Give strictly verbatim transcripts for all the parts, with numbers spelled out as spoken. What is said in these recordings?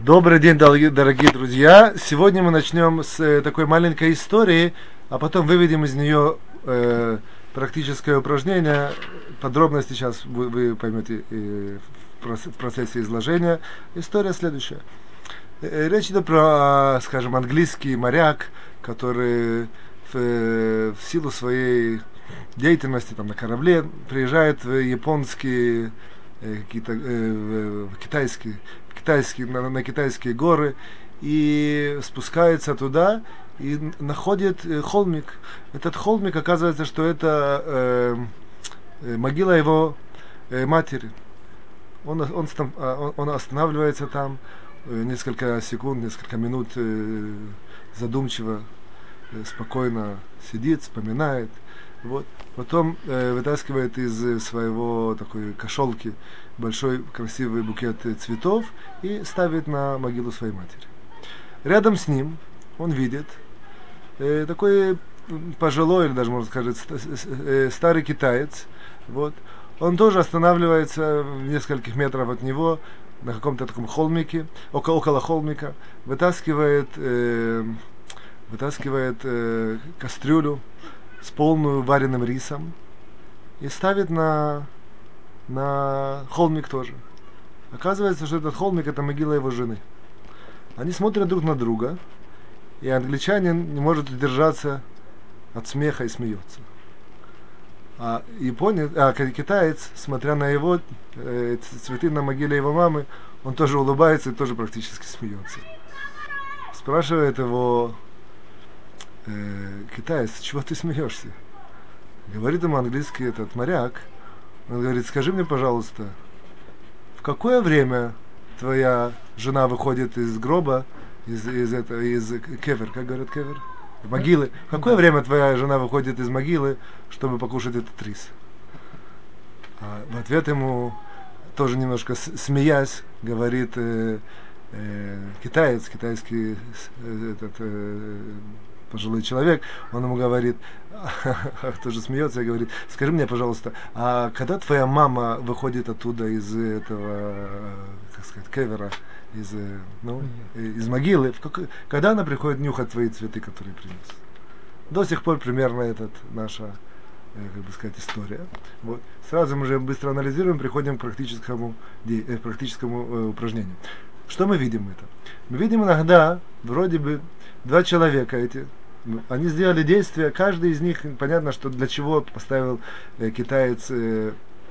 Добрый день, дорогие, дорогие друзья! Сегодня мы начнем с э, такой маленькой истории, а потом выведем из нее э, практическое упражнение. Подробности сейчас вы, вы поймете э, в процессе изложения. История следующая. Э, речь идет про, скажем, английский моряк, который в, в силу своей деятельности там, на корабле приезжает в японские, э, какие-то э, китайские Китайские, на, на китайские горы и спускается туда и находит э, холмик. Этот холмик, оказывается, что это э, э, могила его э, матери. Он, он, он, он останавливается там э, несколько секунд, несколько минут э, задумчиво, э, спокойно сидит, вспоминает. Вот. Потом э, вытаскивает из своего такой кошелки большой красивый букет цветов и ставит на могилу своей матери. Рядом с ним он видит э, такой пожилой, или даже можно сказать э, старый китаец. Вот. Он тоже останавливается в нескольких метрах от него на каком-то таком холмике, около, около холмика, вытаскивает, э, вытаскивает э, кастрюлю с полную вареным рисом и ставит на, на холмик тоже. Оказывается, что этот холмик — это могила его жены. Они смотрят друг на друга, и англичанин не может удержаться от смеха и смеется. А японец, а китаец, смотря на его э, цветы на могиле его мамы, он тоже улыбается и тоже практически смеется. Спрашивает его Э, китаец: чего ты смеешься? Говорит ему английский этот моряк. Он говорит: скажи мне, пожалуйста, в какое время твоя жена выходит из гроба, из, из, этого, из кевер, как говорят, кевер? Могилы. В какое время твоя жена выходит из могилы, чтобы покушать этот рис? А в ответ ему, тоже немножко смеясь, говорит э, э, китаец, китайский э, этот э, пожилой человек, он ему говорит, тоже смеется и говорит: скажи мне, пожалуйста, а когда твоя мама выходит оттуда из этого, как сказать, кевера, из, ну, из могилы, в какой, когда она приходит нюхать твои цветы, которые принес? До сих пор примерно этот наша, как бы сказать, история. Вот. Сразу мы же быстро анализируем, приходим к практическому, к практическому э, упражнению. Что мы видим это? Мы видим иногда, вроде бы, два человека эти, они сделали действия, каждый из них, понятно, что для чего поставил э, китаец э,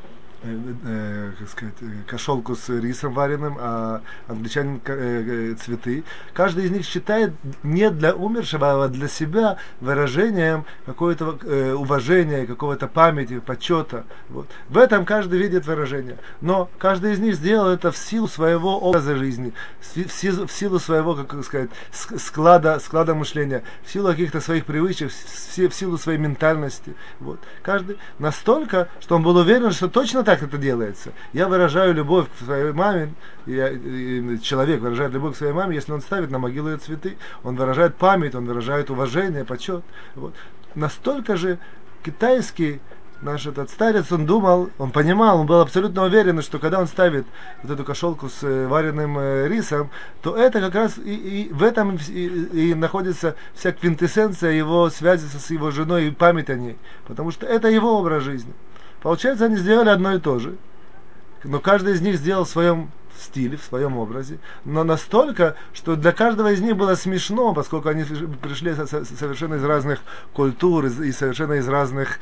э, э, как сказать, э, кошелку с рисом вареным, а англичанин э, э, цветы. Каждый из них считает не для умершего, а для себя выражением какого-то э, уважения, какого-то памяти, почета. Вот. В этом каждый видит выражение. Но каждый из них сделал это в силу своего образа жизни, в силу, в силу своего, как сказать, склада, склада мышления, в силу каких-то своих привычек, в силу своей ментальности. Вот. Каждый настолько, что он был уверен, что точно так это делается. Я выражаю любовь к своей маме, я, и человек выражает любовь к своей маме, если он ставит на могилу ее цветы, он выражает память, он выражает уважение, почет. Вот. Настолько же китайский наш этот старец, он думал, он понимал, он был абсолютно уверен, что когда он ставит вот эту кошелку с э, вареным э, рисом, то это как раз и, и в этом и, и находится вся квинтэссенция его связи с его женой и память о ней. Потому что это его образ жизни. Получается, они сделали одно и то же, но каждый из них сделал в своем стиле, в своем образе, но настолько, что для каждого из них было смешно, поскольку они пришли совершенно из разных культур и совершенно из разных,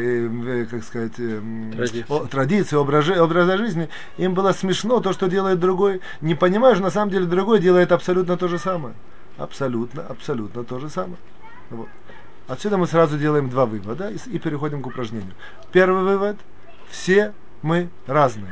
э, как сказать, э, традиций, о, традиций образа, образа жизни. Им было смешно то, что делает другой. Не понимаешь, на самом деле другой делает абсолютно то же самое. Абсолютно, абсолютно то же самое. Вот. Отсюда мы сразу делаем два вывода и, и переходим к упражнению. Первый вывод: все мы разные.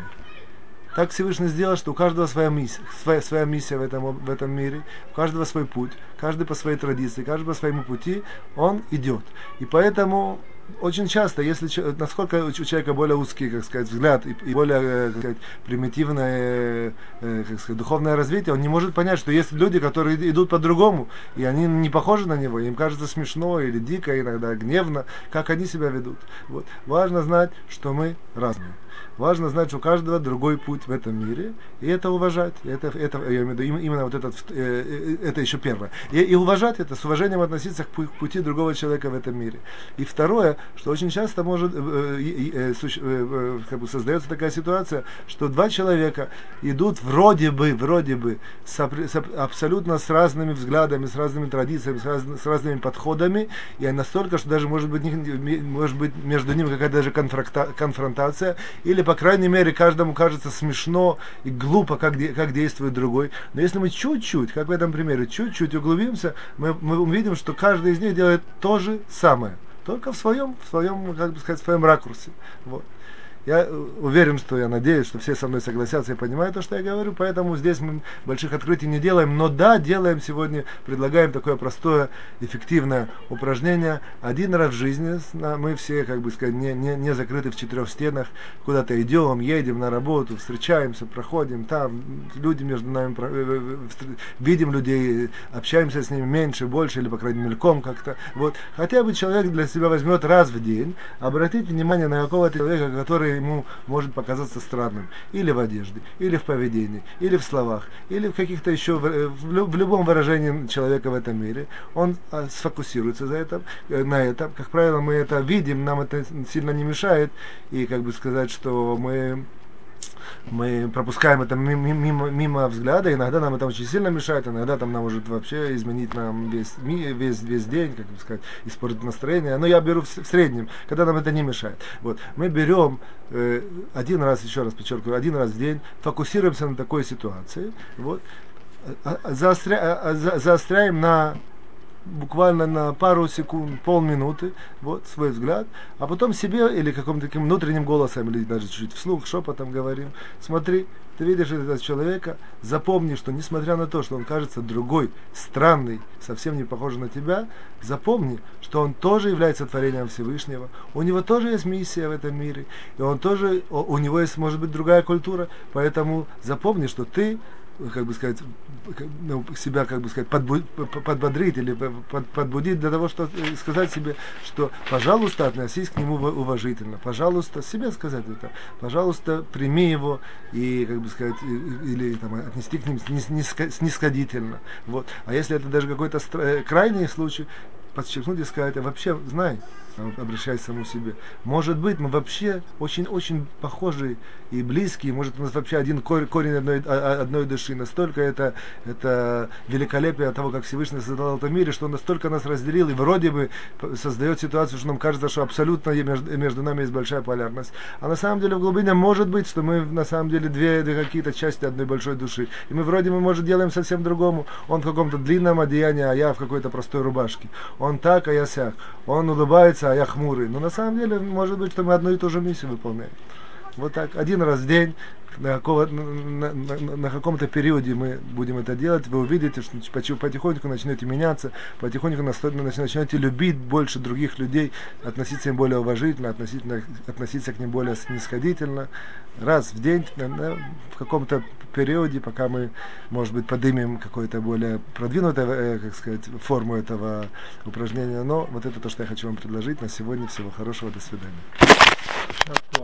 Так Всевышний сделал, что у каждого своя миссия, своя, своя миссия в этом, в этом мире, у каждого свой путь, каждый по своей традиции, каждый по своему пути, он идет. И поэтому очень часто, если насколько у человека более узкий, как сказать, взгляд и, и более, как сказать, примитивное, как сказать, духовное развитие, он не может понять, что есть люди, которые идут по-другому, и они не похожи на него, им кажется смешно или дико, иногда гневно, как они себя ведут. Вот. Важно знать, что мы разные. Важно знать, что у каждого другой путь в этом мире, и это уважать. Это, это, я имею в виду, именно вот этот, э, это еще первое. И, и уважать это, с уважением относиться к пути другого человека в этом мире. И второе, что очень часто может, э, э, э, э, как бы создается такая ситуация, что два человека идут вроде бы, вроде бы, с, с, абсолютно с разными взглядами, с разными традициями, с, раз, с разными подходами, и настолько, что даже может быть, может быть между ними какая-то даже конфронтация, или, по крайней мере, каждому кажется смешно и глупо, как, де, как действует другой. Но если мы чуть-чуть, как в этом примере, чуть-чуть углубимся, мы, мы увидим, что каждый из них делает то же самое, только в своем, в своем, как бы сказать, в своем ракурсе. Вот. Я уверен, что я надеюсь, что все со мной согласятся и понимают то, что я говорю, поэтому здесь мы больших открытий не делаем, но да, делаем сегодня, предлагаем такое простое, эффективное упражнение. Один раз в жизни мы все, как бы сказать, не, не, не закрыты в четырех стенах, куда-то идем, едем на работу, встречаемся, проходим, там люди между нами, видим людей, общаемся с ними меньше, больше, или, по крайней мере, мельком как-то. Вот. Хотя бы человек для себя возьмет раз в день, обратите внимание на какого-то человека, который ему может показаться странным, или в одежде, или в поведении, или в словах, или в каких-то еще, в, в любом выражении человека в этом мире. Он а, сфокусируется за это, на этом. Как правило, мы это видим, нам это сильно не мешает, и как бы сказать, что мы мы пропускаем это мимо, мимо взгляда, иногда нам это очень сильно мешает, иногда там нам может вообще изменить нам весь, весь, весь день, как бы сказать, испортить настроение, но я беру в, в среднем, когда нам это не мешает. Вот. Мы берем э, один раз, еще раз подчеркиваю, один раз в день, фокусируемся на такой ситуации, вот, заостря, за, заостряем на буквально на пару секунд, полминуты, вот, свой взгляд, а потом себе или каким-то таким внутренним голосом, или даже чуть-чуть вслух, шепотом говорим: смотри, ты видишь этого человека, запомни, что несмотря на то, что он кажется другой, странный, совсем не похож на тебя, запомни, что он тоже является творением Всевышнего, у него тоже есть миссия в этом мире, и он тоже, у него есть, может быть, другая культура, поэтому запомни, что ты, как бы сказать, ну, себя, как бы сказать, подбу- подбодрить или под- подбудить для того, чтобы сказать себе, что, пожалуйста, относись к нему уважительно, пожалуйста, себе сказать это, пожалуйста, прими его и, как бы сказать, или там, отнести к ним снисходительно. Вот. А если это даже какой-то стра- крайний случай, подчеркнуть и сказать: а вообще, знай, обращаясь к самому себе, может быть, мы вообще очень-очень похожи и близкие, может, у нас вообще один корень одной, одной души, настолько это, это великолепие того, как Всевышний создал этот мир, что он настолько нас разделил, и вроде бы создает ситуацию, что нам кажется, что абсолютно между, между нами есть большая полярность. А на самом деле в глубине может быть, что мы на самом деле две, две какие-то части одной большой души. И мы вроде мы, может, делаем совсем другому. Он в каком-то длинном одеянии, а я в какой-то простой рубашке. Он так, а я сяк. Он улыбается, а я хмурый. Но на самом деле, может быть, что мы одну и ту же миссию выполняем. Вот так, один раз в день, на, какого, на, на, на каком-то периоде мы будем это делать, вы увидите, что потихоньку начнете меняться, потихоньку начнете любить больше других людей, относиться им более уважительно, относительно, относиться к ним более снисходительно. Раз в день, да, в каком-то периоде, пока мы, может быть, поднимем какую-то более продвинутую, э, как сказать, форму этого упражнения. Но вот это то, что я хочу вам предложить на сегодня. Всего хорошего, до свидания.